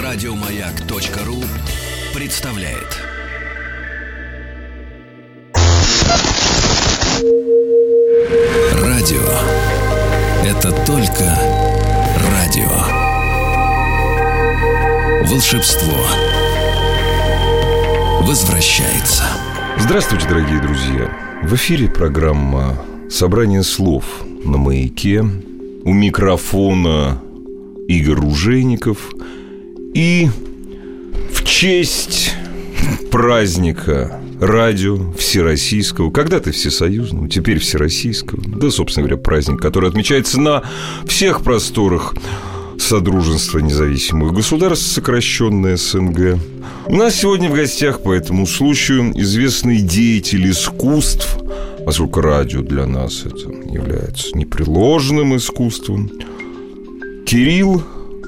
Радиомаяк.ру представляет. Радио – это только радио. Волшебство возвращается. Здравствуйте, дорогие друзья. В эфире программа «Собрание слов» на Маяке. У микрофона Игорь Ружейников. И в честь праздника радио всероссийского, когда-то всесоюзного, теперь всероссийского, да, собственно говоря, праздник, который отмечается на всех просторах Содружества независимых государств, сокращенное СНГ. У нас сегодня в гостях по этому случаю известный деятель искусств, поскольку радио для нас это является непреложным искусством, Кирилл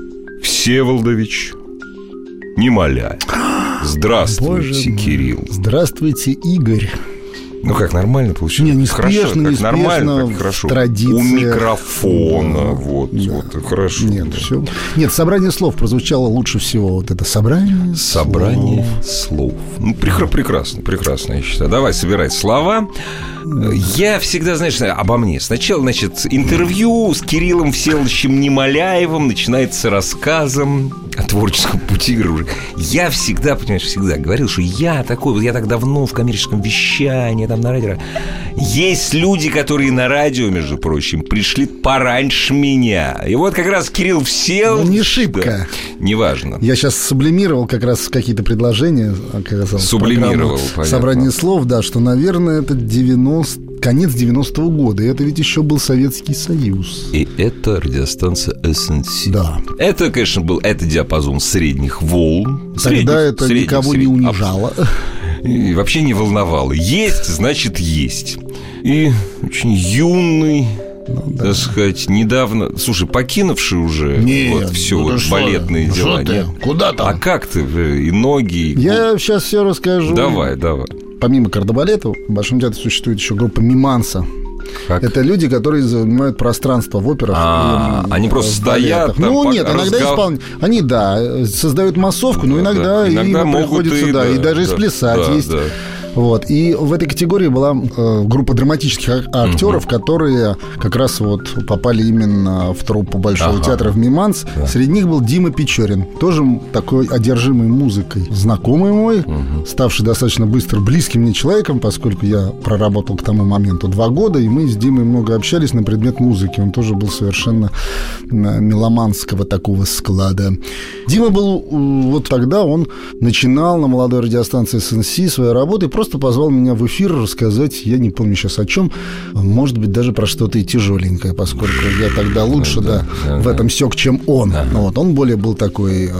Всеволодович Немоляев. Здравствуйте, Кирилл. Здравствуйте, Игорь. Ну как, нормально получилось? Не хорошо, спешно, как не нормально, как в хорошо. традициях. У микрофона, да. вот, хорошо. Нет, все. Нет, собрание слов прозвучало лучше всего. Вот это собрание слов. Ну, прекрасно, я считаю. Давай, собирай слова. Я всегда, знаешь, обо мне. Сначала, значит, интервью с Кириллом Всеволодовичем Немоляевым начинается рассказом о творческом пути. Я всегда, понимаешь, говорил, что я такой, вот я так давно в коммерческом вещании, там на радио. Есть люди, которые на радио, между прочим, пришли пораньше меня. И вот как раз Кирилл Всеволодович... Ну, не шибко. Да, неважно. Я сейчас сублимировал как раз какие-то предложения. Сублимировал, понятно. Собрание слов, да, что, наверное, это конец 90-го года. И это ведь еще был Советский Союз. И это радиостанция СНС. Да. Это, конечно, был диапазон средних волн. Тогда это никого не унижало. И вообще не волновало. Есть, значит, есть. И очень юный, так сказать, недавно, слушай, покинувший уже все балетные дела. Куда там? А как ты? И ноги. Я сейчас все расскажу. Давай. Помимо кардебалета, в Большом театре существует еще группа миманса. Как? Это люди, которые занимают пространство в операх. Они просто стоят. Ну, нет, иногда исполняют. Они, создают массовку, но иногда им приходится, и даже сплясать есть. Вот. И в этой категории была группа драматических актеров, которые как раз вот попали именно в труппу Большого театра в Миманс. Да. Среди них был Дима Печорин, тоже такой одержимый музыкой. Знакомый мой, ставший достаточно быстро близким мне человеком, поскольку я проработал к тому моменту 2 года, и мы с Димой много общались на предмет музыки. Он тоже был совершенно меломанского такого склада. Дима был, вот тогда он начинал на молодой радиостанции СНС свои работы, просто позвал меня в эфир рассказать, я не помню сейчас о чем, может быть, даже про что-то и тяжеленькое, поскольку я тогда лучше в этом сёк, чем он. Вот, он более был такой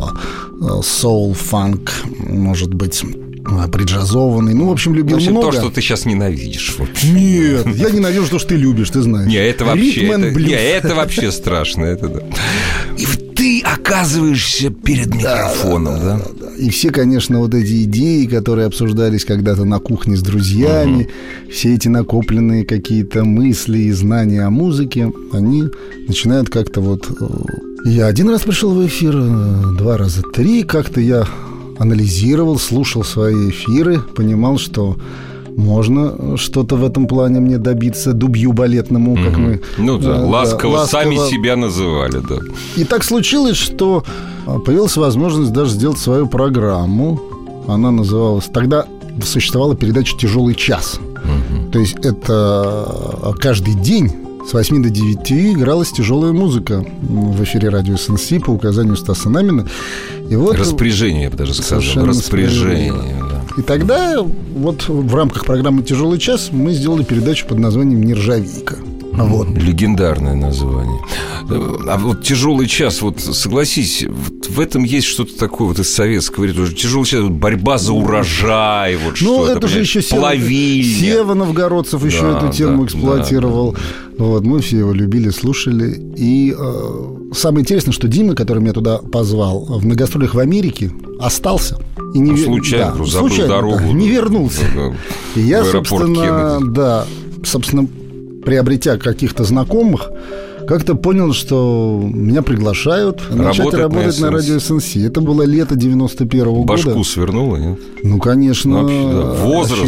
соул-фанк, может быть, приджазованный. Ну, в общем, любил много. То, что ты сейчас ненавидишь. Нет, я ненавижу то, что ты любишь, ты знаешь. Нет, это вообще страшно. Это да. И ты оказываешься перед микрофоном, да? И все, конечно, вот эти идеи, которые обсуждались когда-то на кухне с друзьями, все эти накопленные какие-то мысли и знания о музыке, они начинают как-то вот... Я 1 раз пришел в эфир, 2 раза, 3, как-то я анализировал, слушал свои эфиры, понимал, что можно что-то в этом плане мне добиться, дубью балетному, как мы... ласково сами себя называли, да. И так случилось, что появилась возможность даже сделать свою программу. Она называлась... Тогда существовала передача «Тяжелый час». То есть это каждый день с 8 до 9 игралась тяжелая музыка в эфире радио СНС по указанию Стаса Намина. И вот распоряжение, я бы даже сказал. Распоряжение. Да. И тогда вот в рамках программы «Тяжелый час» мы сделали передачу под названием «Нержавейка». Вот. Легендарное название. А вот «Тяжелый час», вот согласись, вот в этом есть что-то такое вот из советского времени. «Тяжелый час», борьба за урожай, вот что-то. Это же еще Сева Новгородцев еще эту тему эксплуатировал. Вот, мы все его любили, слушали. И самое интересное, что Дима, который меня туда позвал, в гастролях в Америке остался. И случайно, забыл дорогу. Не вернулся. И я, собственно, приобретя каких-то знакомых, как-то понял, что меня приглашают начать работать на радио СНС. Это было лето 91-го года. Башку свернуло, нет? Ну, конечно. Вообще, да. Возраст.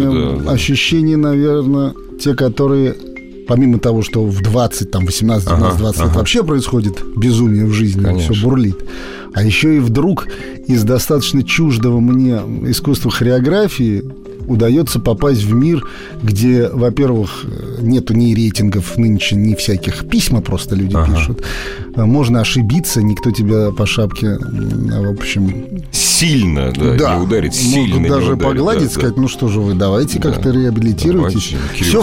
Ощущения, наверное, те, которые... Помимо того, что в 20, там, 18, 19, 20 лет вообще происходит безумие в жизни, конечно. Все бурлит. А еще и вдруг из достаточно чуждого мне искусства хореографии удается попасть в мир, где, во-первых, нету ни рейтингов нынче, ни всяких письма просто люди пишут. Можно ошибиться, никто тебя по шапке, в общем... Сильно, да, не ударить, сильно могут даже ударить, погладить, сказать, ну что же вы, давайте как-то реабилитируйтесь. Все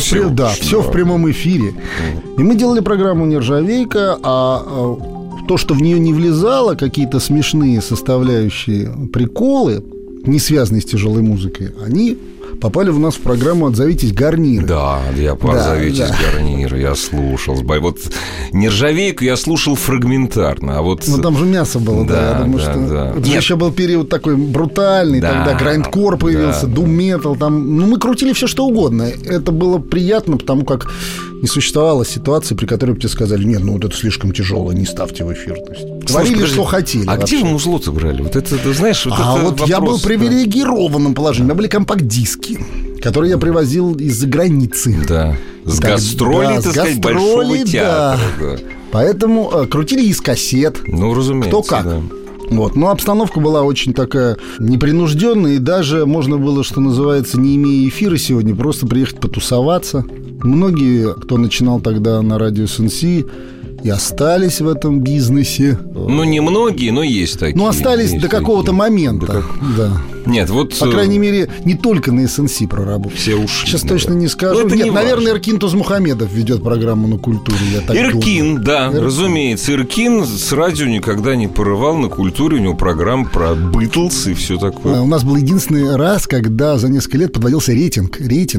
в прямом эфире. И мы делали программу «Нержавейка», а то, что в нее не влезало, какие-то смешные составляющие, приколы, не связанные с тяжелой музыкой, они попали у нас в программу «Отзовитесь, гарниры». Да, я по «Отзовитесь, гарниры» я слушал. Вот «Нержавейку» я слушал фрагментарно, а вот... Ну, там же мясо было, да. Я думаю, что... Это же еще был период такой брутальный, тогда грайндкор появился, дум-метал, там... Ну, мы крутили все, что угодно. Это было приятно, потому как не существовало ситуации, при которой бы тебе сказали: нет, ну, вот это слишком тяжелое, не ставьте в эфир. То есть, творили, что хотели. А вообще. Где вы музло-то брали? Вот это, ты знаешь, вот это вот вопрос, я был в привилегированном положении. У меня были компакт-диски, которые я привозил из-за границы. Да. С гастролей, так сказать, Большого театра. Да. Поэтому крутили из кассет. Ну, разумеется. Кто как. Да. Вот. Но обстановка была очень такая непринужденная. И даже можно было, что называется, не имея эфира сегодня, просто приехать потусоваться. Многие, кто начинал тогда на радио СНС, и остались в этом бизнесе. Ну, не многие, но есть такие. Ну, остались до какого-то момента. Да. Нет, вот... По крайней мере, не только на СНС проработали. Все ушли. Сейчас точно не скажу. Нет, наверное, Эркин Тузмухамедов ведет программу на культуре. Эркин, да, разумеется. Эркин с радио никогда не порывал. На культуре у него программа про Битлз и все такое. У нас был единственный раз, когда за несколько лет подводился рейтинг.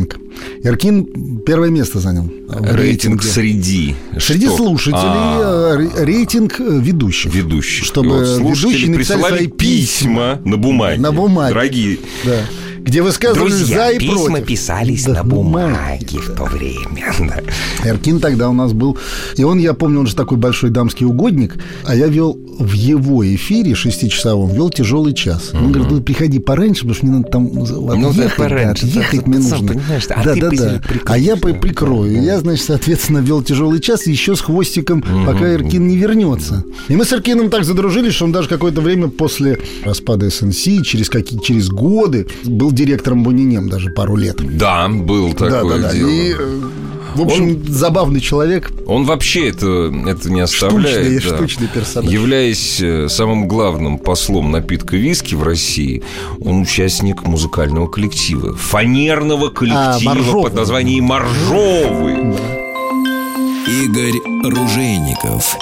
Эркин первое место занял. Рейтинг среди слушателей. Рейтинг ведущих. Чтобы ведущие присылали свои письма на бумаге. Дорогие. Да. Где высказывались за и против. Письма писались на бумаге в то время. Эркин тогда у нас был. И он, я помню, он же такой большой дамский угодник. А я вел в его эфире 6-часовом, вел «Тяжелый час». Он говорит: ну, приходи пораньше, потому что мне надо там отъехать мне нужно. Да. А я прикрою. Я, значит, соответственно, вел «Тяжелый час» еще с хвостиком, пока Эркин не вернется. И мы с Эркином так задружились, что он даже какое-то время после распада СНС, через годы, был директором Бунинем даже пару лет. Да, был такое дело. И, в общем, забавный человек. Он вообще это не оставляет. Штучный персонаж. Являясь самым главным послом напитка виски в России, он участник музыкального коллектива. Фанерного коллектива под названием «Моржовый». Да. Игорь Ружейников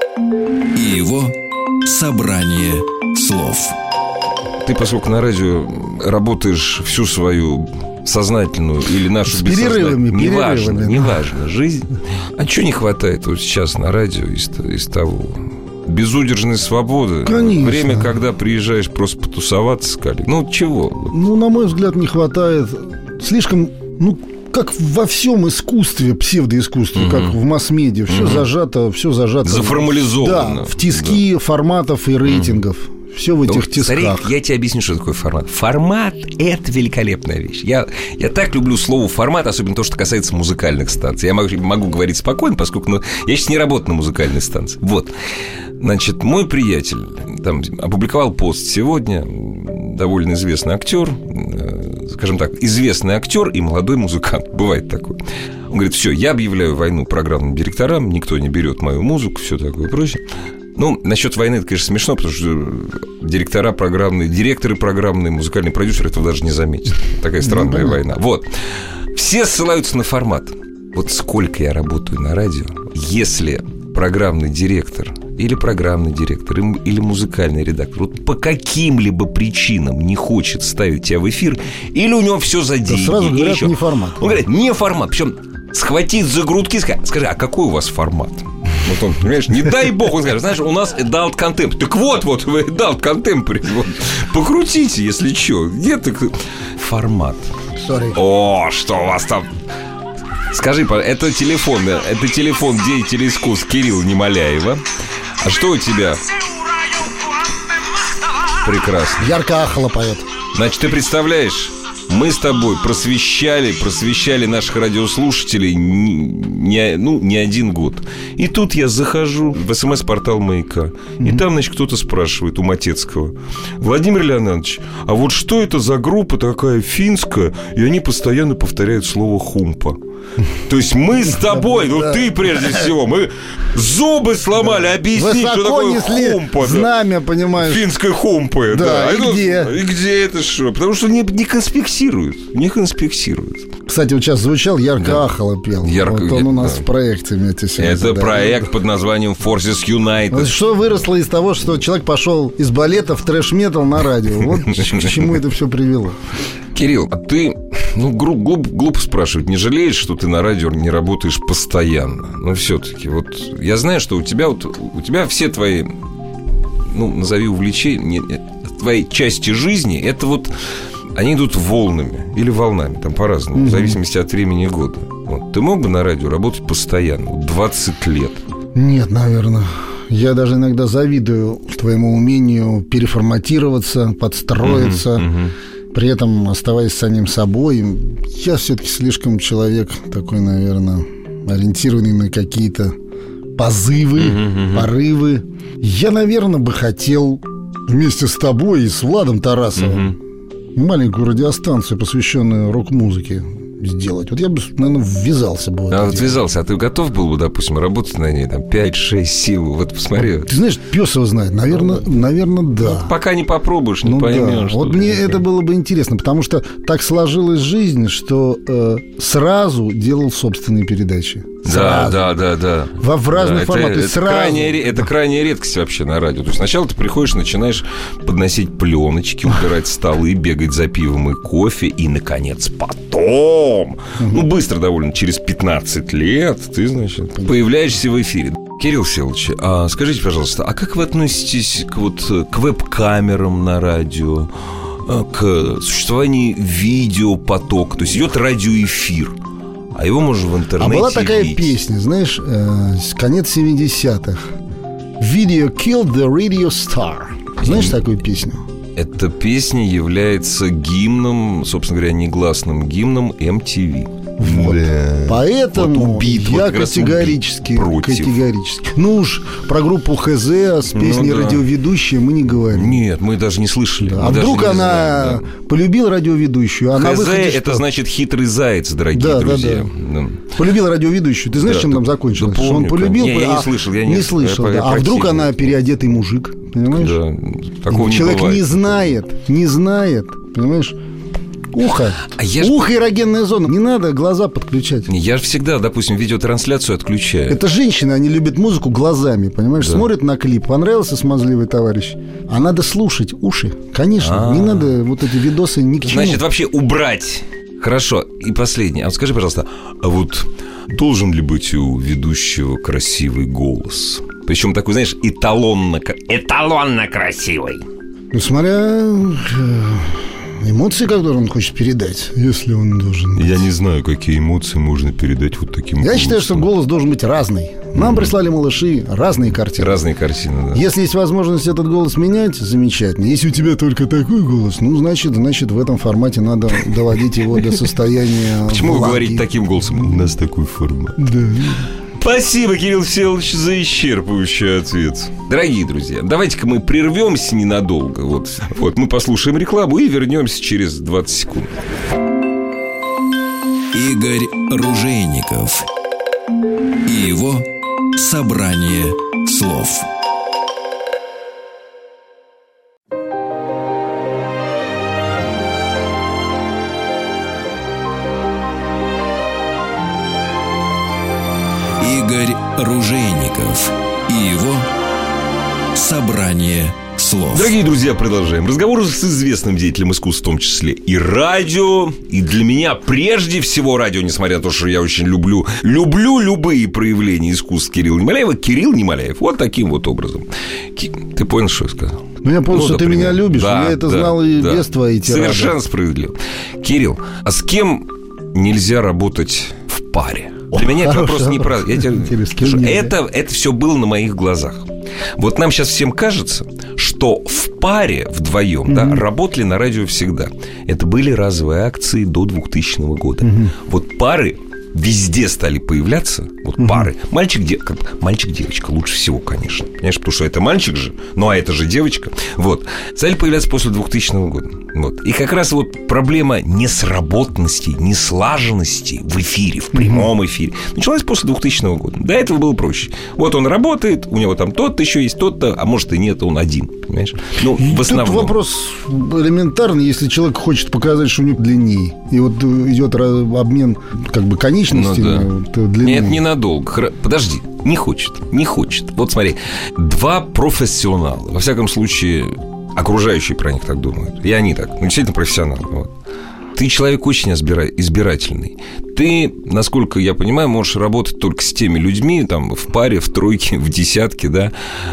и его «Собрание слов». Ты, поскольку на радио работаешь всю свою сознательную или нашу бессознательную, неважно, жизнь, а чего не хватает вот сейчас на радио из того? Безудержной свободы. Конечно. Время, когда приезжаешь просто потусоваться с коллегами. Ну, чего? Ну, на мой взгляд, не хватает. Слишком, как во всем искусстве, псевдоискусстве, как в масс-медиа, все зажато. Заформализовано. Да, в тиски форматов и рейтингов. Все в этих тисках. Смотри, я тебе объясню, что такое формат. Формат – это великолепная вещь. Я так люблю слово «формат», особенно то, что касается музыкальных станций. Я могу говорить спокойно, поскольку я сейчас не работаю на музыкальной станции. Вот. Значит, мой приятель там опубликовал пост сегодня. Довольно известный актер, скажем так, известный актер и молодой музыкант. Бывает такое. Он говорит: все, я объявляю войну программным директорам, никто не берет мою музыку, все такое прочее. Ну, насчет войны это, конечно, смешно, потому что директоры программные, музыкальные продюсеры этого даже не заметят. Такая странная война. Вот. Все ссылаются на формат. Вот сколько я работаю на радио, если программный директор или музыкальный редактор вот по каким-либо причинам не хочет ставить тебя в эфир, или у него все за деньги, сразу говорят, не формат. Он говорит: не формат. Причем схватить за грудки, скажи: а какой у вас формат? Вот он, понимаешь, не дай бог, он скажет: знаешь, у нас adult contemporary. Так вот, вы adult contemporary. Вот. Покрутите, если что. Где ты? Формат. Sorry. О, что у вас там? Скажи, это телефон деятеля искусств Кирилла Немоляева. А что у тебя? Прекрасно. Ярко Ахала поет. Значит, ты представляешь, мы с тобой просвещали наших радиослушателей не один год. И тут я захожу в СМС-портал «Маяка». И там, значит, кто-то спрашивает у Матецкого: Владимир Леонидович, а вот что это за группа такая финская, и они постоянно повторяют слово «хумпа»? То есть мы с тобой, ты прежде всего, мы зубы сломали объяснить, что такое хумпа. Знамя, понимаешь. Финской хумпы. Да, и где? И где это что? Потому что не конспектируют. Кстати, вот сейчас звучал «Ярко Ахала» пел. Вот он у нас в проекте. Это проект под названием Forces United. Что выросло из того, что человек пошел из балета в трэш-метал на радио. Вот к чему это все привело. Кирилл, а ты, глупо спрашивать, не жалеешь, что ты на радио не работаешь постоянно? Но все-таки, вот я знаю, что у тебя все твои, назови увлечения, твои части жизни, это вот, они идут волнами или волнами, там по-разному, в зависимости от времени года. Вот. Ты мог бы на радио работать постоянно, 20 лет? Нет, наверное. Я даже иногда завидую твоему умению переформатироваться, подстроиться. При этом оставаясь самим собой. Я все-таки слишком человек такой, наверное, ориентированный на какие-то позывы, порывы. Я, наверное, бы хотел вместе с тобой и с Владом Тарасовым маленькую радиостанцию, посвященную рок-музыке, сделать. Вот я бы, наверное, ввязался бы. А ты готов был бы, допустим, работать на ней там 5-6 сил? Вот посмотри. Ты знаешь, пес его знает. Наверное, да. Пока не попробуешь, не поймешь. Да. Вот мне это было бы интересно, потому что так сложилась жизнь, что сразу делал собственные передачи. Да. В разных форматах. Это крайняя редкость вообще на радио. То есть сначала ты приходишь, начинаешь подносить пленочки, убирать столы, бегать за пивом и кофе, и, наконец, потом, быстро довольно, через 15 лет ты, значит, появляешься в эфире. Кирилл Всеволодович, а скажите, пожалуйста, а как вы относитесь к веб-камерам на радио, к существованию видеопотока? То есть идет радиоэфир, а его можно в интернете. А была такая видеть. песня, знаешь, конец 70-х. Video killed the radio star. Знаешь такую песню? Эта песня является гимном, собственно говоря, негласным гимном MTV. Вот. Да. Поэтому я категорически. Ну уж про группу ХЗ с песней радиоведущие мы не говорим. Нет, мы даже не слышали. Да. А вдруг она полюбила радиоведущую? ХЗ это значит хитрый заяц, дорогие друзья. Да. Полюбила радиоведущую. Ты знаешь, чем там закончилось? Да, что он полюбил? Я не слышал. Не слышал. А вдруг она переодетый мужик? Понимаешь? Да. Такого человек не не знает. Понимаешь? Ухо эрогенная зона. Не надо глаза подключать. Я же всегда, допустим, видеотрансляцию отключаю. Это женщины, они любят музыку глазами, понимаешь? Да. Смотрят на клип, понравился смазливый товарищ. А надо слушать уши. Конечно, не надо вот эти видосы ни к чему. Значит, вообще убрать. Хорошо. И последнее. А вот скажи, пожалуйста, а вот должен ли быть у ведущего красивый голос? Причем такой, знаешь, эталонно красивый. Ну, смотря эмоции, которые он хочет передать, если он должен быть. Я не знаю, какие эмоции можно передать вот таким голосом. Я считаю, что голос должен быть разный. Нам прислали малыши разные картины. Разные картины, да. Если есть возможность этот голос менять, замечательно. Если у тебя только такой голос, значит, в этом формате надо доводить его до состояния. Почему вы говорите таким голосом? У нас такой формат. Да. Спасибо, Кирилл Всеволодович, за исчерпывающий ответ. Дорогие друзья, давайте-ка мы прервемся ненадолго. Вот мы послушаем рекламу и вернемся через 20 секунд. Игорь Ружейников и его собрание слов. Игорь Ружейников и его собрание слов. Дорогие друзья, продолжаем разговор с известным деятелем искусств, в том числе и радио. И для меня прежде всего радио, несмотря на то, что я очень люблю любые проявления искусств Кирилла Немоляева. Кирилл Немоляев. Вот таким вот образом. Ты понял, что я сказал? Я понял, что ты меня любишь. Да, я это знал и без твоей тирады. Совершенно справедливо. Кирилл, а с кем нельзя работать в паре. Для меня это вопрос не про... Это все было на моих глазах. Вот нам сейчас всем кажется, что в паре вдвоем работали на радио всегда. Это были разовые акции до 2000 года. Вот пары везде стали появляться. Вот пары. Мальчик-девочка лучше всего, конечно. Понимаешь, потому что это мальчик же, ну а это же девочка. Вот. Стали появляться после 2000 года. Вот. И как раз вот проблема несработанности, неслаженности в эфире, в прямом эфире началась после 2000 года. До этого было проще. Вот он работает, у него там тот-то еще есть, тот-то, а может и нет, он один. Понимаешь? Ну, в основном. Тут вопрос элементарный, если человек хочет показать, что у него длиннее. И вот идет обмен как бы конечностями. Нет, ненадолго. Подожди. Не хочет. Вот смотри, два профессионала, во всяком случае, окружающие про них так думают, и они так, действительно профессионалы. Вот. Ты человек очень избирательный. Ты, насколько я понимаю, можешь работать только с теми людьми, там, в паре, в тройке, в десятке, да,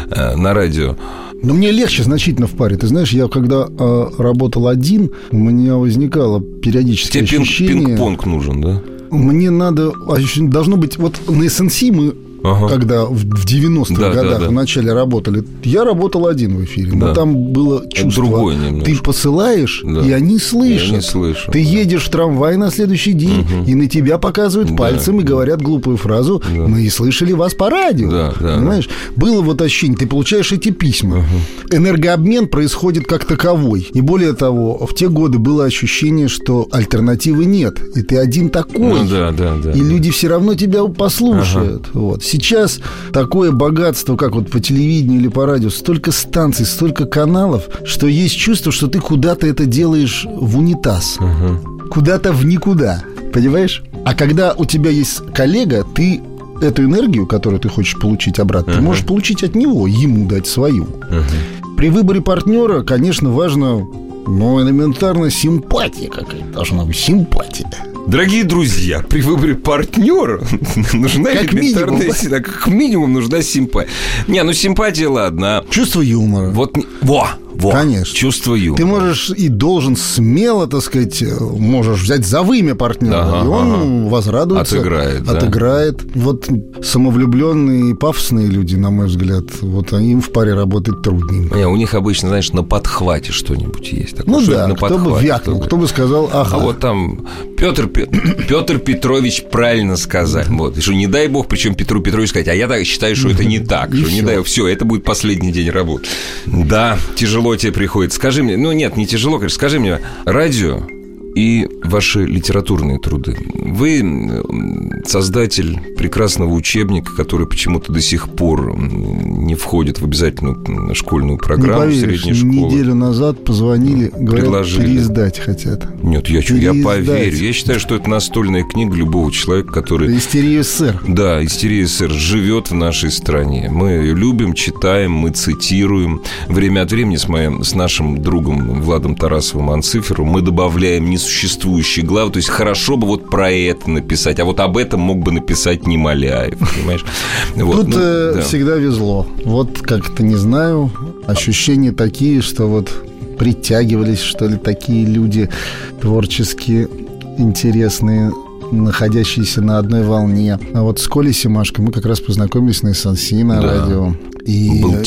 на радио. Но мне легче значительно в паре. Ты знаешь, я когда работал один, у меня возникало периодически ощущение... Пинг-понг нужен, да? Мне надо... Должно быть... Вот на SNC мы... Когда в 90-х годах в начале работали, я работал один в эфире, но там было чувство, другое ты посылаешь, и они слышат. Ты едешь в трамвай на следующий день, и на тебя показывают пальцем и говорят глупую фразу: мы слышали вас по радио. Понимаешь? Было вот ощущение, ты получаешь эти письма. Энергообмен происходит как таковой. И более того, в те годы было ощущение, что альтернативы нет, и ты один такой. И люди все равно тебя послушают. Вот. Сейчас такое богатство, как вот по телевидению или по радио, столько станций, столько каналов, что есть чувство, что ты куда-то это делаешь в унитаз. Куда-то в никуда. Понимаешь? А когда у тебя есть коллега, ты эту энергию, которую ты хочешь получить обратно, ты можешь получить от него, ему дать свою. При выборе партнера, конечно, важно, но элементарно симпатия какая-то. Должна быть симпатия. Дорогие друзья, при выборе партнера нужна элементарная... Как минимум нужна симпатия. Не, ну симпатия, ладно. Чувство юмора. Вот, конечно. Чувство юмора. Ты можешь и должен смело, так сказать, можешь взять за вымя партнера, и он возрадуется. Отыграет. Вот самовлюбленные и пафосные люди, на мой взгляд, вот им в паре работать трудненько. Не, у них обычно, знаешь, на подхвате что-нибудь есть. Такое, ну да, кто бы вякнул, кто бы сказал, ага. А вот там Петр Петрович правильно сказал. Вот. И что, не дай бог, причем Петру Петровичу сказать, а я так считаю, что это не так. Что не дай, все, это будет последний день работы. Да, тяжело тебе приходится. Скажи мне, ну нет, не тяжело, конечно, скажи мне, радио и ваши литературные труды. Вы создатель прекрасного учебника, который почему-то до сих пор не входит в обязательную школьную программу средней школы. Неделю назад позвонили, говорят, переиздать хотят. Нет, я поверю. Я считаю, что это настольная книга любого человека, который... Истерия СССР. Да, Истерия СССР живет в нашей стране. Мы ее любим, читаем, мы цитируем. Время от времени с нашим другом Владом Тарасовым Анцифером мы добавляем несуществующие главы. То есть хорошо бы вот про это написать, а вот об этом мог бы написать Немоляев, понимаешь? Вот, тут всегда везло. Вот как-то, не знаю, ощущения такие, что вот притягивались, что ли, такие люди творчески интересные, находящиеся на одной волне. А вот с Колей Семашко мы как раз познакомились на SNC на радио. И был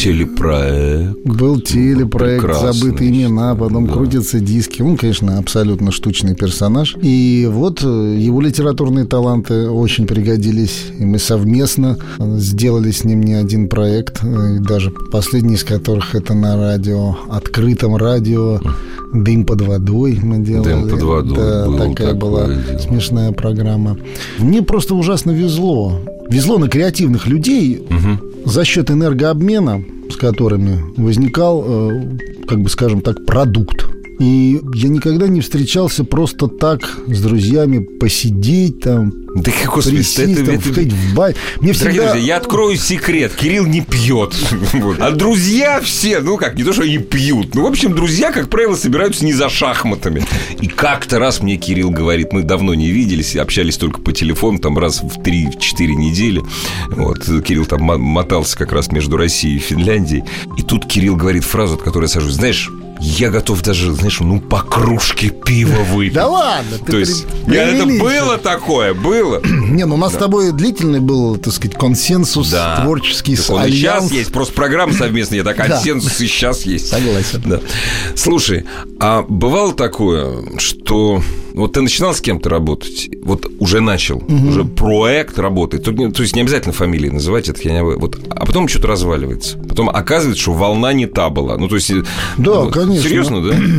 телепроект «Забытые имена», потом крутятся диски. Он, конечно, абсолютно штучный персонаж. И вот его литературные таланты очень пригодились. И мы совместно сделали с ним не один проект. И даже последний из которых это на радио, открытом радио «Дым под водой» мы делали. «Дым под водой». Да, такая была смешная программа. Мне просто ужасно везло. Везло на креативных людей за счет энергообмена, с которыми возникал, как бы скажем так, продукт. И я никогда не встречался просто так с друзьями посидеть там, да господи, входить в бар. Мне всегда... Друзья, я открою секрет. Кирилл не пьет. А друзья все, ну как, не то, что они пьют. Ну, в общем, друзья, как правило, собираются не за шахматами. И как-то раз мне Кирилл говорит, мы давно не виделись, общались только по телефону, там раз в 3-4 недели. Вот, Кирилл там мотался как раз между Россией и Финляндией. И тут Кирилл говорит фразу, от которой я сажусь. Знаешь, я готов даже, знаешь, по кружке пива выпить. Да ладно. То есть, это было такое, было. Не, у нас с тобой длительный был, так сказать, консенсус творческий. Он и сейчас есть, просто программа совместная, а консенсус и сейчас есть. Согласен. Да. Слушай, а бывало такое, что вот ты начинал с кем-то работать, вот уже начал, уже проект работает, то есть не обязательно фамилии называть, это я не... Вот, а потом что-то разваливается. Потом оказывается, что волна не та была. Ну, то есть... Да, конечно. Серьезно,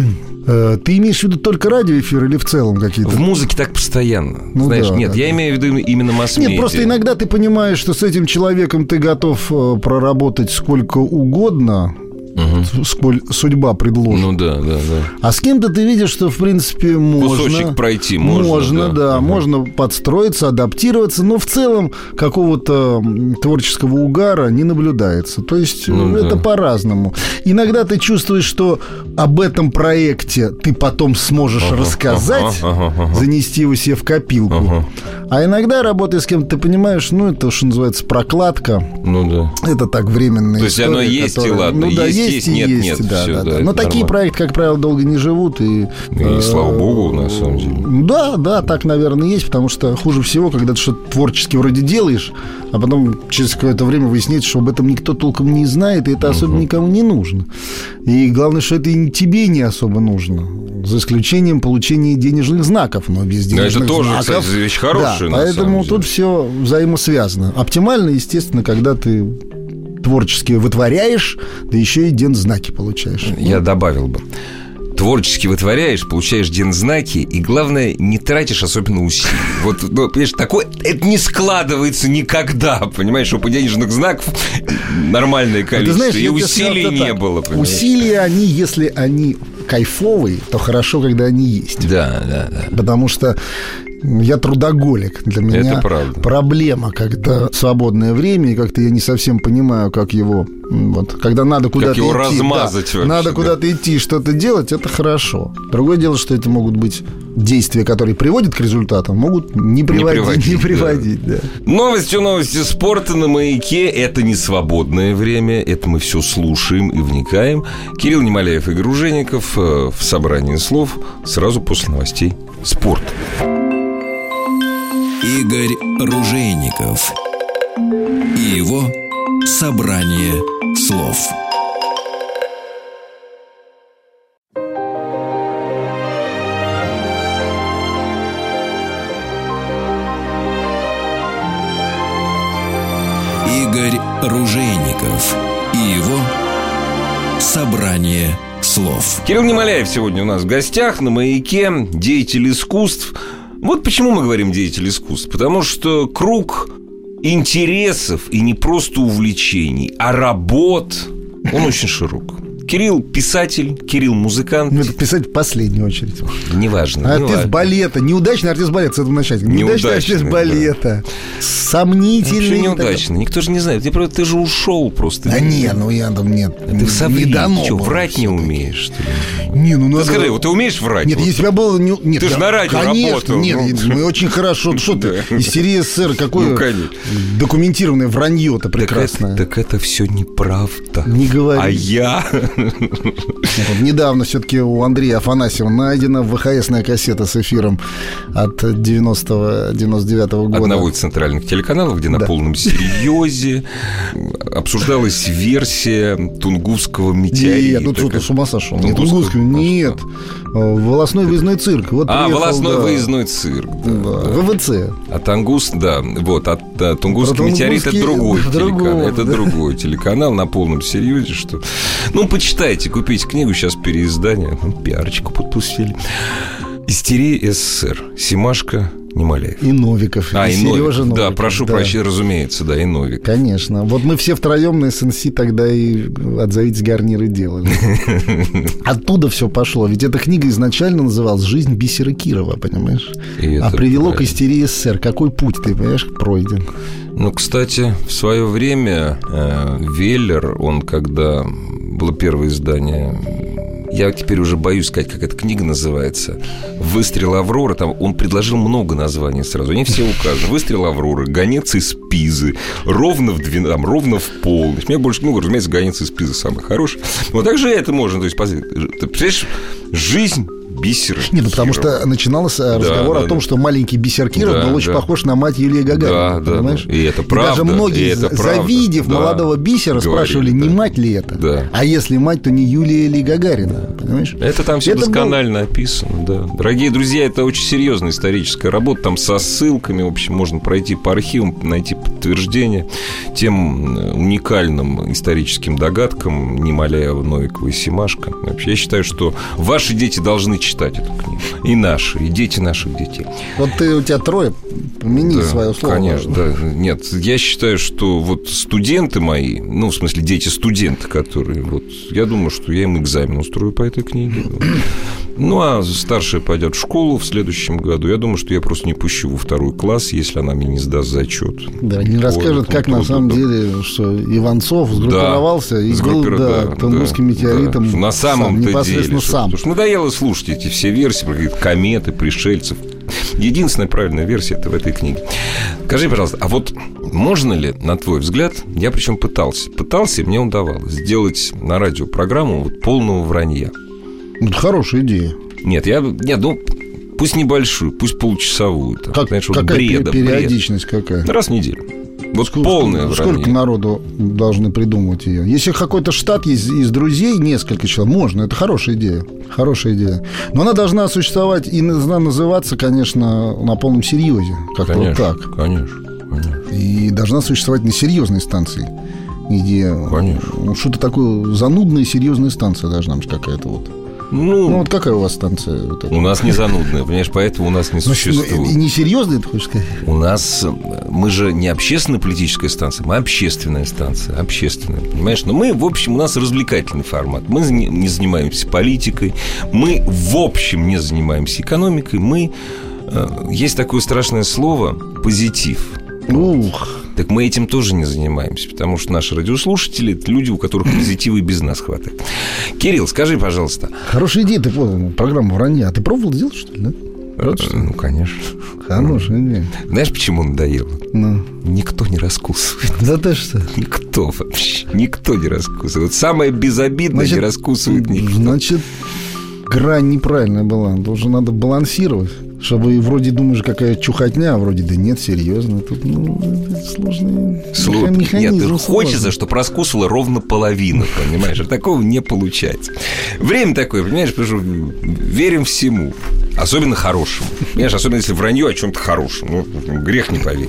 да? Ты имеешь в виду только радиоэфир или в целом какие-то? В музыке так постоянно. Знаешь, нет, я имею в виду именно масс-медиа. Нет, просто иногда ты понимаешь, что с этим человеком ты готов проработать сколько угодно, сколь судьба предложит. Ну да. А с кем-то ты видишь, что, в принципе, можно... Кусочек пройти можно. Да. Можно подстроиться, адаптироваться, но в целом какого-то творческого угара не наблюдается. То есть это по-разному. Иногда ты чувствуешь, что об этом проекте ты потом сможешь рассказать, занести его себе в копилку. А иногда, работая с кем-то, ты понимаешь, это, что называется, прокладка. Это так, временная То есть история, оно есть и ладно. Есть, нет. Да. Но такие проекты, как правило, долго не живут. И слава богу, на самом деле. Да, так, наверное, есть, потому что хуже всего, когда ты что-то творчески вроде делаешь, а потом через какое-то время выясняется, что об этом никто толком не знает, и это особо никому не нужно. И главное, что это и тебе не особо нужно, за исключением получения денежных знаков. Но без денежных знаков... Это тоже, кстати, вещь хорошая, да, поэтому тут все взаимосвязано. Оптимально, естественно, когда ты творчески вытворяешь, да еще и дензнаки получаешь. Я добавил бы. Творчески вытворяешь, получаешь дензнаки, и, главное, не тратишь особенно усилий. Вот, понимаешь, такое... Это не складывается никогда, понимаешь, что по денежных знаков нормальное количество, и усилий не было. Понимаешь? Усилия, они, если они кайфовые, то хорошо, когда они есть. Да. Потому что я трудоголик. Для меня проблема, когда свободное время, и как-то я не совсем понимаю, как его... когда надо куда-то идти. Как его размазать вообще. Надо куда-то идти, что-то делать, это хорошо. Другое дело, что это могут быть действия, которые приводят к результатам, могут не приводить. Да. Новости спорта на «Маяке». Это не свободное время, это мы все слушаем и вникаем. Кирилл Немоляев, Игорь Ружейников в собрании слов сразу после новостей спорта. Игорь Ружейников и его собрание слов. Игорь Ружейников и его собрание слов. Кирилл Немоляев сегодня у нас в гостях на «Маяке», деятель искусств. Вот почему мы говорим деятель искусств. Потому что круг интересов и не просто увлечений, а работ, он очень широк. Кирилл писатель, Кирилл музыкант. Это писатель в последнюю очередь. Неважно. Артист балета. Неудачный артист балета, с этого начать. Неудачный артист балета. Да. Сомнительный. Неудачный. Никто же не знает. Ты же ушел просто. Да я там нет. Ты в Савлии что, врать не умеешь, что ли? Не, надо... Скажи, вот ты умеешь врать? Нет, если бы я был... Нет, ты же на радио работал. Нет, мы очень хорошо. Что ты? Истерия СССР, какое документированное вранье-то прекрасное. Так это все неправда. Не говори. А я... Недавно все-таки у Андрея Афанасьева найдена ВХСная кассета с эфиром от 99-го года. Одного из центральных телеканалов, где на полном серьезе обсуждалась версия тунгусского метеорита. Нет, ты с ума сошел. Не тунгусский, нет. Волосной выездной цирк. Волосной выездной цирк. ВВЦ. А Тунгус, вот, а тунгусский метеорит — это другой телеканал. Это другой телеканал на полном серьезе, что... Почитайте, купите книгу, сейчас переиздание, пиарочку подпустили. «Истерия СССР», Семашко, Немоляев. И Новиков, и Сережа Новиков. Да, прошу прощения, разумеется, и Новиков. Конечно. Вот мы все втроем на СНС тогда и «Отзовитесь, гарниры» делали. Оттуда все пошло. Ведь эта книга изначально называлась «Жизнь Бисера Кирова», понимаешь? А привело к «Истерии СССР». Какой путь, ты понимаешь, пройден? Кстати, в свое время Веллер, он когда было первое издание Я теперь уже боюсь сказать, как эта книга называется. «Выстрел Авроры». Там он предложил много названий сразу. Они все указаны. «Выстрел Авроры», «Гонец из Пизы», «Ровно в полночь». Мне больше, разумеется, «Гонец из Пизы» самый хороший. Вот так же это можно. То есть, ты представляешь, жизнь Бисер Кирова. Потому что начинался разговор о том, что маленький Бисер Киров был очень похож на мать Юлии Гагарина. Понимаешь? И это правда. И даже многие, завидев молодого Бисера, спрашивали, не мать ли это. Да. А если мать, то не Юлия или Гагарина. Понимаешь? Это там все досконально описано. Да. Дорогие друзья, это очень серьезная историческая работа. Там со ссылками, в общем, можно пройти по архивам, найти подтверждение тем уникальным историческим догадкам Немоляева, Новикова и Семашко. Вообще, я считаю, что ваши дети должны читать эту книгу. И наши, и дети наших детей. Вот у тебя трое, помяни свое слово. Конечно, да. Нет, я считаю, что вот студенты мои, в смысле, дети-студенты, которые, я думаю, что я им экзамен устрою по этой книге. А старшая пойдет в школу в следующем году. Я думаю, что я просто не пущу во 2 класс, если она мне не сдаст зачет. Да, не расскажет, как на самом деле, что Иванцов сгруппировался и был Тунгусским метеоритом на самом-то непосредственно деле. сам. Потому что надоело слушать эти все версии про какие-то кометы, пришельцев. Единственная правильная версия – это в этой книге. Скажи, пожалуйста, а вот можно ли, на твой взгляд, я причем пытался, и мне удавалось сделать на радио программу полного вранья? Это хорошая идея. Нет, пусть небольшую, пусть получасовую. Какая периодичность какая? Раз в неделю. Полное вранье. Сколько народу должны придумывать ее? Если какой-то штат есть из друзей, несколько человек, можно. Это хорошая идея. Хорошая идея. Но она должна существовать и должна называться, конечно, на полном серьезе. Как-то вот так. Конечно. И должна существовать на серьезной станции. Где что-то такое занудная серьезная станция должна быть какая-то . Вот какая у вас станция? У нас не занудная, понимаешь, поэтому у нас не существует. И не серьезная, ты хочешь сказать? Мы же не общественно-политическая станция, мы общественная станция, общественная, понимаешь? Но мы, в общем, у нас развлекательный формат. Мы не занимаемся политикой, мы, в общем, не занимаемся экономикой, есть такое страшное слово «позитив». Так мы этим тоже не занимаемся, потому что наши радиослушатели – это люди, у которых позитива и без нас хватает. Кирилл, скажи, пожалуйста. Хорошая идея, ты понял, программа «Вранья». А ты пробовал сделать, что ли, да? Конечно. Хорошая идея. Знаешь, почему надоело? Никто не раскусывает. Да ты что? Никто вообще. Никто не раскусывает. Самое безобидное не раскусывает никто. Значит, грань неправильная была. Тоже надо балансировать. Чтобы вроде думаешь, какая чухотня, а вроде да нет, серьезно. Тут сложный механизм. Нет, хочется, чтобы раскусывала ровно половину, понимаешь? А такого не получается. Время такое, понимаешь, потому что верим всему. Особенно хорошему. Понимаешь, особенно если вранье о чем-то хорошем. Грех не поверить.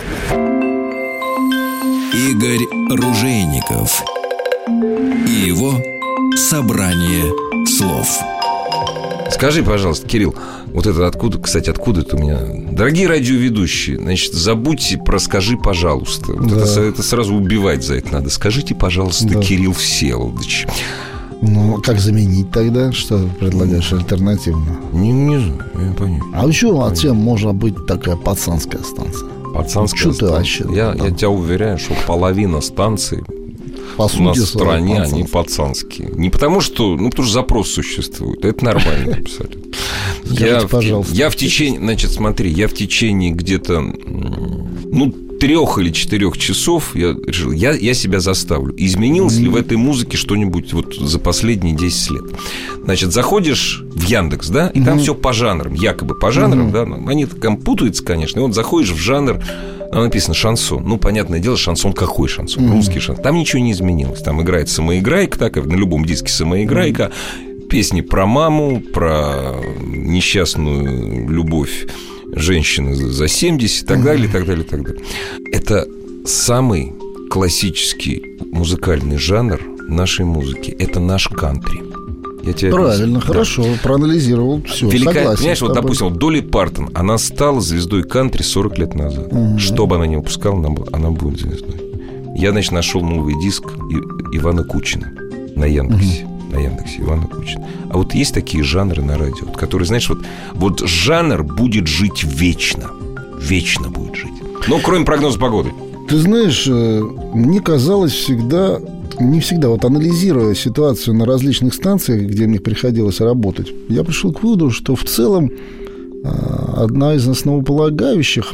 Игорь Ружейников и его «Собрание слов». Скажи, пожалуйста, Кирилл, вот это откуда это у меня? Дорогие радиоведущие, значит, забудьте про «скажи, пожалуйста». Это сразу убивать за это надо. Скажите, пожалуйста, Кирилл Всеволодович. Как заменить тогда? Что предлагаешь альтернативно? Не знаю, я понял. А еще тем может быть такая пацанская станция. Пацанская станция. Я тебя уверяю, что половина станций у нас в стране, они пацанские. Не потому что запрос существует. Это нормально абсолютно. Я в течение где-то 3 или 4 часов я решил, я себя заставлю. Изменилось ли в этой музыке что-нибудь за последние 10 лет? Значит, заходишь в Яндекс, да, и там все по жанрам, якобы по жанрам, да, они там путаются, конечно, и заходишь в жанр, там написано шансон. Понятное дело, шансон какой шансон? Русский шансон. Там ничего не изменилось. Там играет самоиграйка, так и на любом диске самоиграйка. Песни про маму, про несчастную любовь женщины за 70 и так далее, и так далее, и так далее. Это самый классический музыкальный жанр нашей музыки. Это наш кантри. Правильно, хорошо, проанализировал все. Согласен. Понимаешь, допустим, Долли Партон, она стала звездой кантри 40 лет назад. Что бы она ни выпускала, она будет звездой. Я, нашел новый диск Ивана Кучина на Яндексе. На Яндексе Ивана Кучина. А есть такие жанры на радио, которые, знаешь, жанр будет жить вечно. Вечно будет жить. Кроме прогноза погоды. Ты знаешь, мне казалось всегда, не всегда, вот анализируя ситуацию на различных станциях, где мне приходилось работать, я пришел к выводу, что в целом один из основополагающих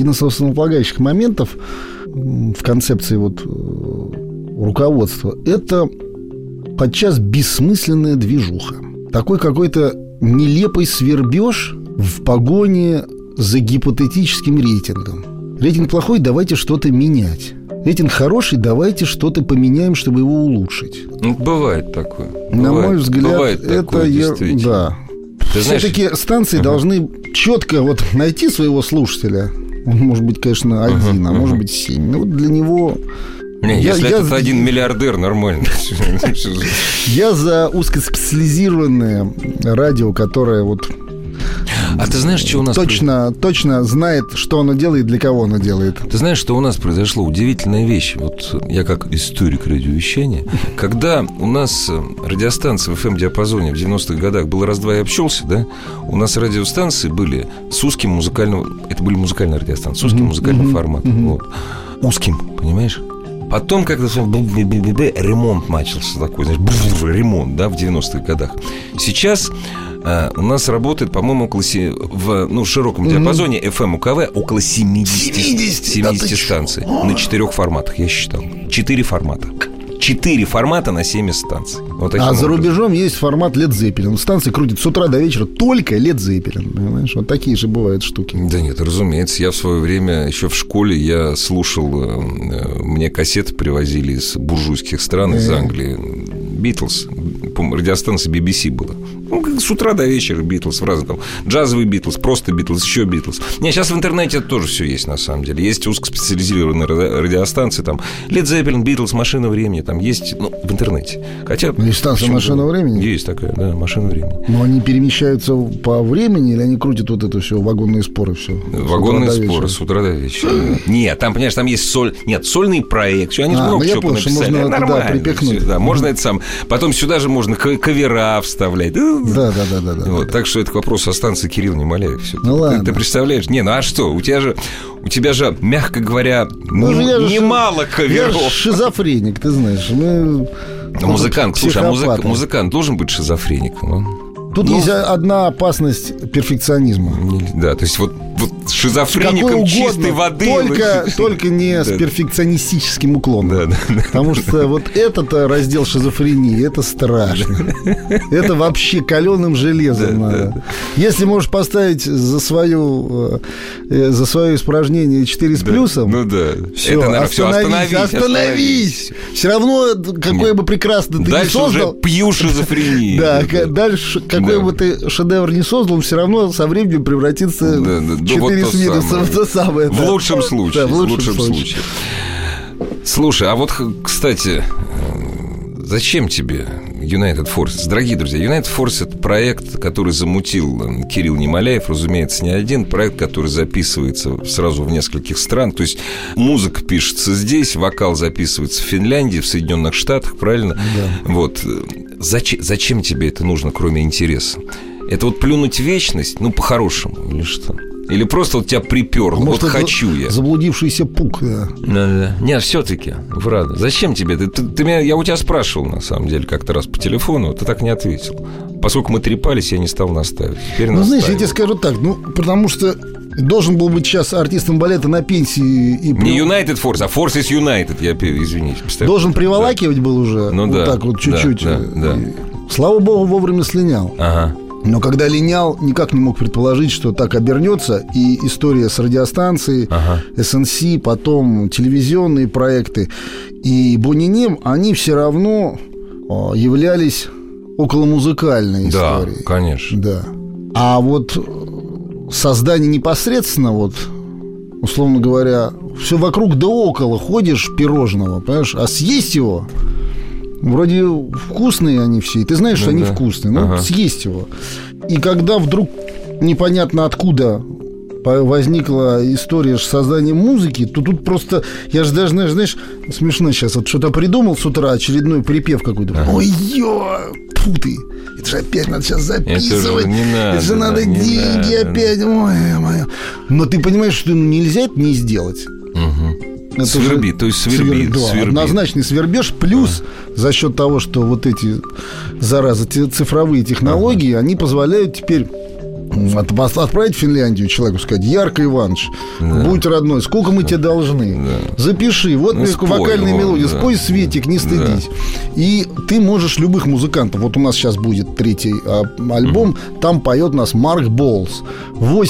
моментов в концепции вот руководства – это подчас бессмысленная движуха. Такой какой-то нелепый свербеж в погоне за гипотетическим рейтингом. Рейтинг плохой, давайте что-то менять. Рейтинг хороший, давайте что-то поменяем, чтобы его улучшить. Ну, бывает такое. На мой взгляд, это такое, да. Все-таки станции должны четко вот найти своего слушателя. Он может быть, конечно, один, а может быть 7. Но вот для него... Если этот 1 миллиардер, нормально. Я за узкоспециализированное радио, которое вот... А ты знаешь, что у нас... Точно знает, что оно делает, для кого оно делает. Ты знаешь, что у нас произошла удивительная вещь. Вот я как историк радиовещания, когда у нас радиостанции в FM-диапазоне в 90-х годах было раз-два и обчелся, да, у нас радиостанции были с узким музыкальным... Это были музыкальные радиостанции, с узким музыкальным форматом. Вот. Узким, понимаешь? Потом, когда ремонт начался такой, знаешь, ремонт, да, в 90-х годах. Сейчас у нас работает, по-моему, в широком диапазоне FM УКВ около 70 станций на 4 форматах, я считал. 4 формата. 4 формата на 70 станций. Вот за рубежом есть формат Led Zeppelin. Станции крутят с утра до вечера только Led Zeppelin. Понимаешь? Вот такие же бывают штуки. Да нет, разумеется. Я в свое время, еще в школе, я слушал, мне кассеты привозили из буржуйских стран, из Англии. Битлз, радиостанция BBC была. Ну, с утра до вечера Битлз, в разные там джазовый Битлз, просто Битлз, еще Битлз. Не, сейчас в интернете это тоже все есть, на самом деле. Есть узкоспециализированные радиостанции, там Led Zeppelin, Битлз, Машина времени, там есть, в интернете. Хотя... Есть станция Машина времени? Есть такая, да, Машина времени. Но они перемещаются по времени или они крутят вот это все, вагонные споры, все? Вагонные споры с утра до вечера. Нет, там, понимаешь, там есть сольный проект, они много чего понаписали. Можно туда припихнуть. Да, можно это сам. Потом сюда же можно кавера вставлять. Да. Вот, так что это к вопросу о станции Кирилл Немоляев. Ну ладно. Ты представляешь? А что? У тебя же, мягко говоря, немало каверов. Я шизофреник, ты знаешь. Музыкант, слушай, музыкант должен быть шизофреником. Тут есть одна опасность перфекционизма. Да, то есть вот шизофреником чистой воды. Только не с перфекционистическим уклоном. Потому что вот этот раздел шизофрении, это страшно. Это вообще каленым железом надо. Если можешь поставить за свое испражнение 4 с плюсом, остановись. Все равно, какой бы прекрасно ты не создал. Дальше уже пью шизофрению. Да, дальше какой бы ты шедевр не создал, все равно со временем превратится 4 с минусом в то самое. В лучшем случае. В лучшем случае. Слушай, а вот, кстати, зачем тебе United Forces? Дорогие друзья, United Forces – это проект, который замутил Кирилл Немоляев, разумеется, не один. Проект, который записывается сразу в нескольких странах. То есть музыка пишется здесь, вокал записывается в Финляндии, в Соединенных Штатах, правильно? Да. Вот. Зачем тебе это нужно, кроме интереса? Это вот плюнуть в вечность, по-хорошему, или что? Или просто вот тебя приперло, вот хочу я. Заблудившийся пук, да. Да. Нет, все-таки, Врада, зачем тебе? Я у тебя спрашивал, на самом деле, как-то раз по телефону, ты так не ответил. Поскольку мы трепались, я не стал настаивать. Теперь знаешь, я тебе скажу так, потому что должен был быть сейчас артистом балета на пенсии. Не United Force, а Forces United, извините. Должен приволакивать был уже, так вот чуть-чуть. Да. Слава богу, вовремя слинял. Ага. Но когда линял, никак не мог предположить, что так обернется. И история с радиостанцией, СНС, потом телевизионные проекты и Бонни-Нем, они все равно являлись околомузыкальной историей. Да, конечно. Да. А вот создание непосредственно, условно говоря, все вокруг да около ходишь пирожного, понимаешь, а съесть его... Вроде вкусные они все, и ты знаешь, что они вкусные, съесть его. И когда вдруг непонятно откуда возникла история с созданием музыки, то тут просто, я же даже, знаешь, смешно сейчас, вот что-то придумал с утра, очередной припев какой-то. Ой, фу ты, это же опять надо сейчас записывать, это же надо деньги опять, ой, моё. Но ты понимаешь, что нельзя это не сделать. Свербит, то есть свербит. Однозначный свербеж, плюс за счет того, что вот эти, зараза, цифровые технологии, они позволяют теперь отправить в Финляндию человеку, сказать: Ярко Иванович, будь родной, сколько мы тебе должны? Запиши, вот вокальные мелодии, спой, Светик, не стыдись. И ты можешь любых музыкантов. Вот у нас сейчас будет 3-й альбом, там поет нас Марк Болс. В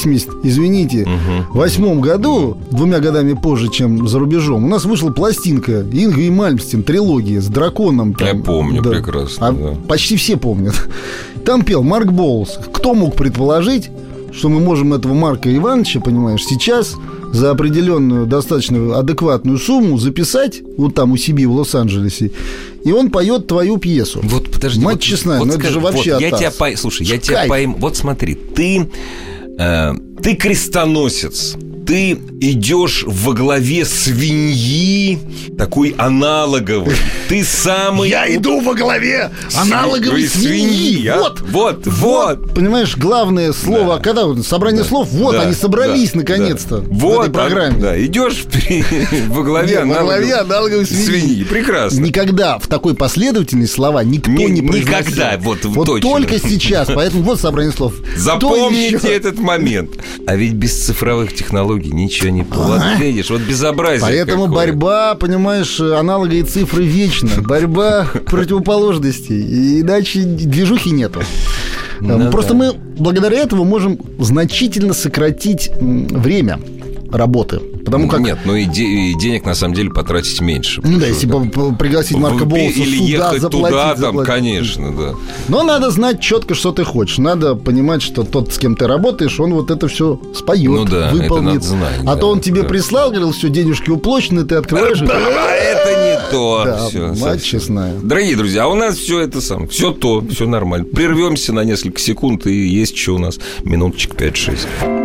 88 году, 2 годами позже, чем за рубежом, у нас вышла пластинка Ингви Мальмстен, трилогия с драконом. Там, я помню, да. Прекрасно. Почти все помнят. Там пел Марк Болс. Кто мог предположить, что мы можем этого Марка Ивановича, понимаешь, сейчас за определенную, достаточно адекватную сумму записать вот там у себя в Лос-Анджелесе, и он поет твою пьесу. Вот подожди. Мать честная, вот это скажи, же вообще вот, слушай, я тебя пойму. Вот смотри, ты крестоносец. Ты идешь во главе свиньи, такой аналоговый. Ты самый... Я иду во главе аналоговой свиньи. Вот. Понимаешь, главное слово, когда собрание слов, они собрались наконец-то в этой программе. Да, идешь во главе аналоговой свиньи. Прекрасно. Никогда в такой последовательности слова никто не произносил. Никогда, вот точно. Только сейчас, поэтому вот собрание слов. Запомните этот момент. А ведь без цифровых технологий ничего не было. Вот видишь, вот безобразие. Поэтому какое. Борьба, понимаешь, аналога и цифры вечна. Борьба противоположностей. Иначе движухи нету. Просто мы благодаря этому можем значительно сократить время работы. Потому как... Нет, и денег на самом деле потратить меньше. Ну да, если пригласить Марка Болса или сюда, ехать заплатить, туда, там, конечно, да. Но надо знать четко, что ты хочешь. Надо понимать, что тот, с кем ты работаешь, он вот это все споет, выполнит. Это надо знать, то он тебе прислал, говорил: все, денежки уплочены, ты открываешь. А это не то. Да, мать честная. Дорогие друзья, а у нас все это все нормально. Прервемся на несколько секунд, и есть еще у нас минуточек 5-6.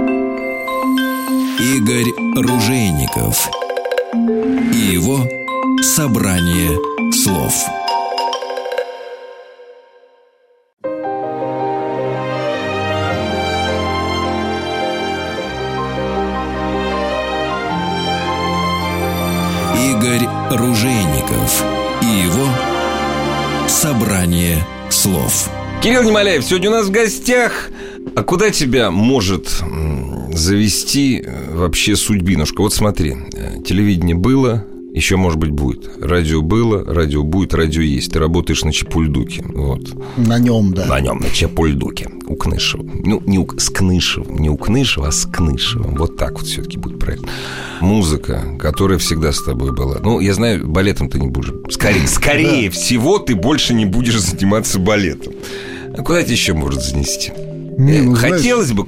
Игорь Ружейников и его собрание слов. Игорь Ружейников и его собрание слов. Кирилл Немоляев сегодня у нас в гостях. А куда тебя может завести вообще судьбинушка? Вот смотри, телевидение было, еще, может быть, будет. Радио было, радио будет, радио есть. Ты работаешь на Чапульдуке. Вот. На нем, да. На нем, на Чапульдуке. У Кнышева. С Кнышевым. Не у Кнышева, а с Кнышевым. Вот так вот все-таки будет правильно. Музыка, которая всегда с тобой была. Я знаю, балетом ты не будешь. Скорее всего, ты больше не будешь заниматься балетом. А куда тебя еще может занести? Хотелось бы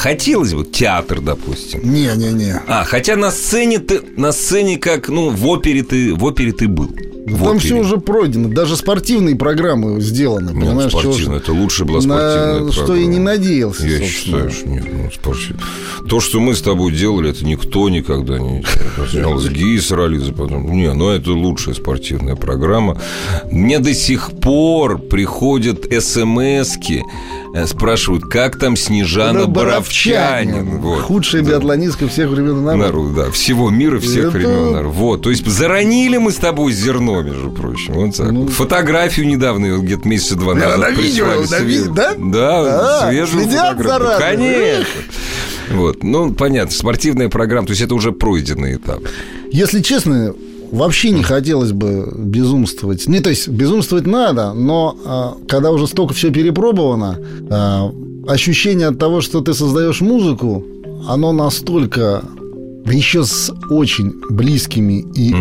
театр, допустим. Не. Хотя на сцене как, в опере ты был. Там все уже пройдено. Даже спортивные программы сделаны. Понимаешь, спортивная, это лучше была спортивная программа. Что и не надеялся. Я считаю, что нет. То, что мы с тобой делали, это никто никогда не... Сначала с Гией Саралидзе, потом... это лучшая спортивная программа. Мне до сих пор приходят смс-ки, спрашивают, как там Снежана Боровчанин. Худшая биатлонистка всех времен и народов. Да, всего мира, всех времен и народов. Вот, то есть заронили мы с тобой зерно, между прочим. Вот так. Фотографию недавно, где-то месяца 2 назад прислали. Да, свежую фотографию. Конечно. Вот, понятно, спортивная программа, то есть это уже пройденный этап. Если честно, вообще не хотелось бы безумствовать. То есть безумствовать надо, но когда уже столько все перепробовано, ощущение от того, что ты создаешь музыку, оно настолько, да еще с очень близкими и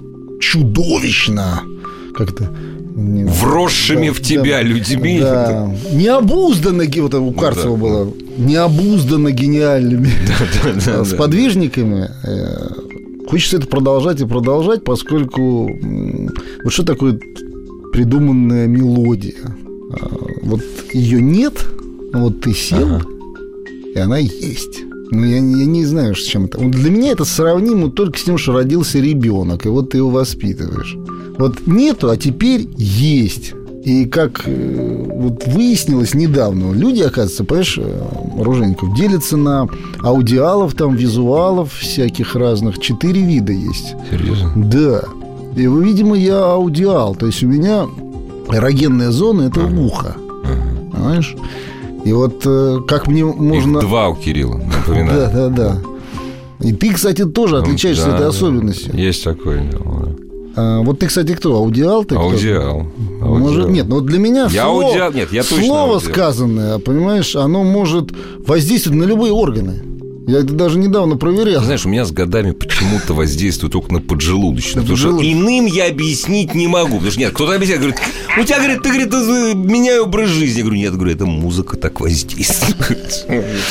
чудовищно как-то... вросшими в тебя людьми. Да. Необузданно, вот у Карцева было, необузданно гениальными сподвижниками. Хочется это продолжать и продолжать, поскольку вот что такое придуманная мелодия? Вот ее нет, вот ты сел, и она есть. Я не знаю, с чем это. Для меня это сравнимо только с тем, что родился ребенок, и вот ты его воспитываешь. Вот нету, а теперь есть. И как вот выяснилось недавно, люди, оказывается, понимаешь, Ружейников, делятся на аудиалов, там, визуалов всяких разных. 4 вида есть. Серьезно? Да. И, видимо, я аудиал. То есть у меня эрогенная зона – это ухо. Понимаешь? И вот как мне можно... Их 2 у Кирилла, напоминаю. Да. И ты, кстати, тоже отличаешься этой особенностью. Есть такое дело. Вот ты, кстати, кто? Аудиал? Ты аудиал. Может, нет, но вот для меня слово точно сказанное, понимаешь, оно может воздействовать на любые органы. Я это даже недавно проверял. Знаешь, у меня с годами почему-то воздействует только на поджелудочную. Потому что иным я объяснить не могу. Потому что нет, кто-то объясняет, говорит, у тебя, говорит, ты, говорит, меняй образ жизни. Я говорю, нет, говорю, это музыка так воздействует.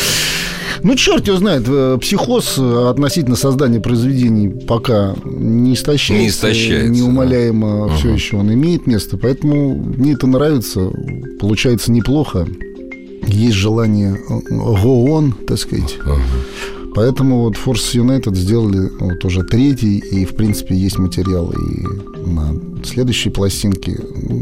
Ну, черт его знает, психоз относительно создания произведений пока не истощается. Неумоляемо все еще он имеет место. Поэтому мне это нравится, получается неплохо. Есть желание go on, так сказать. Поэтому вот Forces United сделали вот уже 3-й, и, в принципе, есть материал и на следующей пластинке.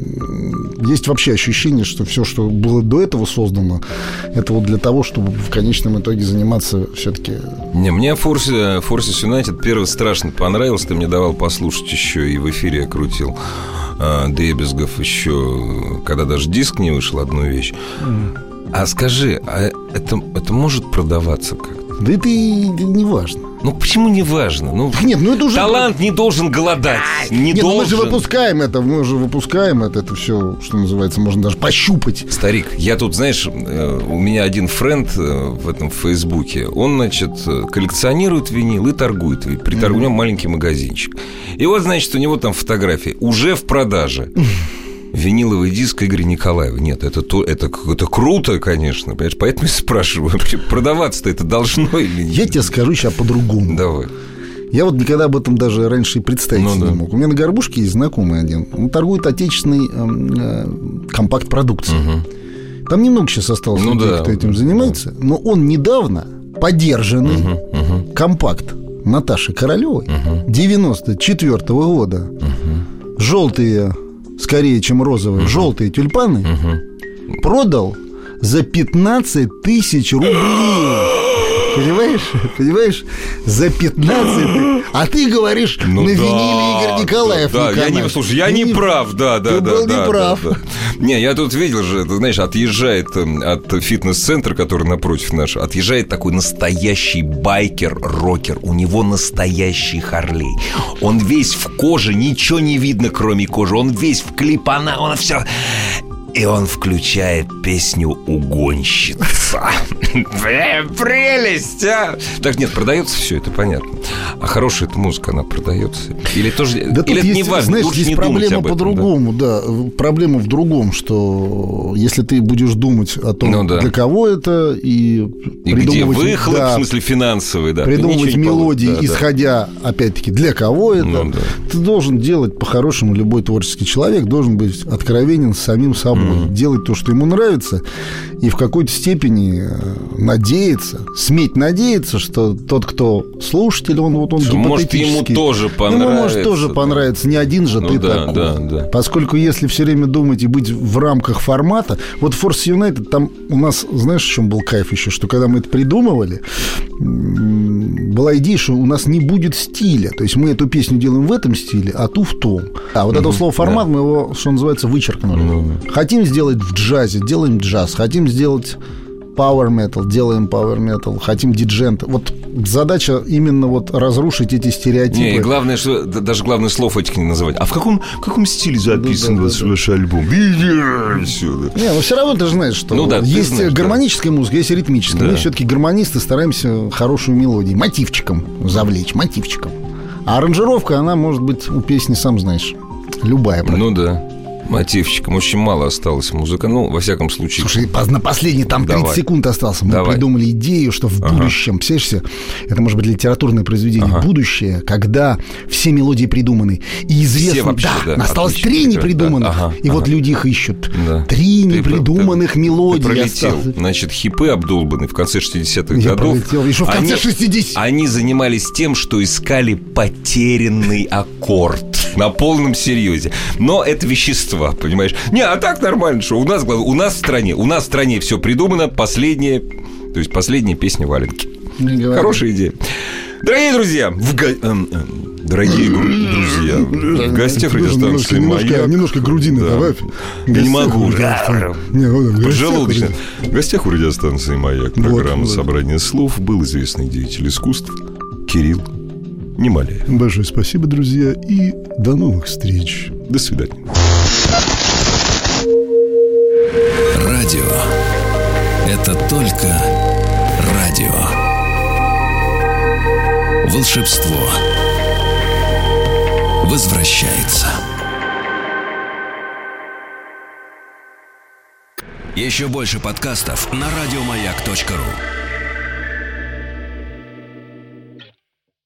Есть вообще ощущение, что все, что было до этого создано, это вот для того, чтобы в конечном итоге заниматься все-таки... Не, мне Forces United первый страшно понравился. Ты мне давал послушать еще, и в эфире я крутил дребезгов еще, когда даже диск не вышел, одну вещь. А скажи, это может продаваться как-то? Да это и не важно. Ну, почему не важно? Ну, нет, ну это уже... Талант не должен голодать. Нет, должен. Мы же выпускаем это. Это все, что называется, можно даже пощупать. Старик, я тут, знаешь, у меня один френд в этом Фейсбуке, он, значит, коллекционирует винил и торгует. У него маленький магазинчик. И вот, значит, у него там фотографии уже в продаже. Виниловый диск Игоря Николаева. Нет, это круто, конечно. Понимаешь? Поэтому я спрашиваю, продаваться-то это должно или нет? Я тебе скажу сейчас по-другому. Давай. Я вот никогда об этом даже раньше и представить не мог. У меня на Горбушке есть знакомый один. Он торгует отечественной компакт-продукцией. Там немного сейчас осталось людей, кто этим занимается. Но он недавно подержанный компакт Наташи Королевой 94-го года. Желтые... скорее, чем розовые, желтые тюльпаны, продал за 15 тысяч рублей. Понимаешь? За 15. А ты говоришь, на виниле Игорь Николаев. Да, я не прав, да. Ты был неправ. Не, я тут видел же, ты знаешь, отъезжает от фитнес-центра, который напротив наш, отъезжает такой настоящий байкер-рокер. У него настоящий Харлей. Он весь в коже, ничего не видно, кроме кожи. Он весь в клипана, он все... И он включает песню «Угонщица». Прелесть, а! Так, нет, продается все, это понятно. А хорошая эта музыка, она продается? Или тоже... Да или это есть, не важно, знаешь, лучше есть не проблема по-другому, да. Проблема в другом, что если ты будешь думать о том, для кого это, и где выхлоп, в смысле финансовый, да. Придумывать мелодии, исходя, опять-таки, для кого это, ты должен делать по-хорошему, любой творческий человек должен быть откровенен с самим собой. Делать то, что ему нравится, и в какой-то степени сметь надеяться, что тот, кто слушатель, он гипотетически... Может, ему тоже понравится. Ему может тоже понравиться. Не один же ты такой. Да. Поскольку если все время думать и быть в рамках формата... Вот Forces United, там у нас, знаешь, в чем был кайф еще? Что когда мы это придумывали, была идея, что у нас не будет стиля. То есть мы эту песню делаем в этом стиле, а ту в том. А вот это слово «формат» мы его, что называется, вычеркнули. Хотим сделать в джазе, делаем джаз. Хотим сделать power metal, делаем power metal. Хотим диджент. Вот задача именно вот разрушить эти стереотипы. Не, и главное, что даже главное слов этих не называть. А в каком стиле записан ваш альбом? Не, но все равно ты же знаешь, что есть гармоническая музыка, есть ритмическая. Мы все-таки гармонисты стараемся хорошую мелодию мотивчиком завлечь, мотивчиком. А аранжировка, она может быть у песни, сам знаешь, любая. Ну да. Мотивчиком. Очень мало осталось музыка. Ну, во всяком случае... Слушай, на последние там 30 секунд остался. Мы придумали идею, что в будущем, представляешь, это может быть литературное произведение, будущее, когда все мелодии придуманы. И известно, вообще, осталось 3 непридуманных. И вот люди их ищут. 3 непридуманных мелодии. Ты пролетел. Значит, хипы обдолбаны в конце 60-х годов. Я пролетел. Еще в конце 60-х. Они занимались тем, что искали потерянный аккорд. На полном серьезе. Но это вещества, понимаешь? Не, а так нормально, что у нас в стране все придумано. Последняя песня Валенки. Хорошая идея. Дорогие друзья, в гостях радиостанции «Маяк». Немножко грудины добавь. Я не могу. Поджелудочно. В гостях у радиостанции «Маяк» программа «Собрание слов» был известный деятель искусств Кирилл Немоляев. Большое спасибо, друзья, и до новых встреч. До свидания. Радио – это только радио. Волшебство возвращается. Еще больше подкастов на радиомаяк.ру.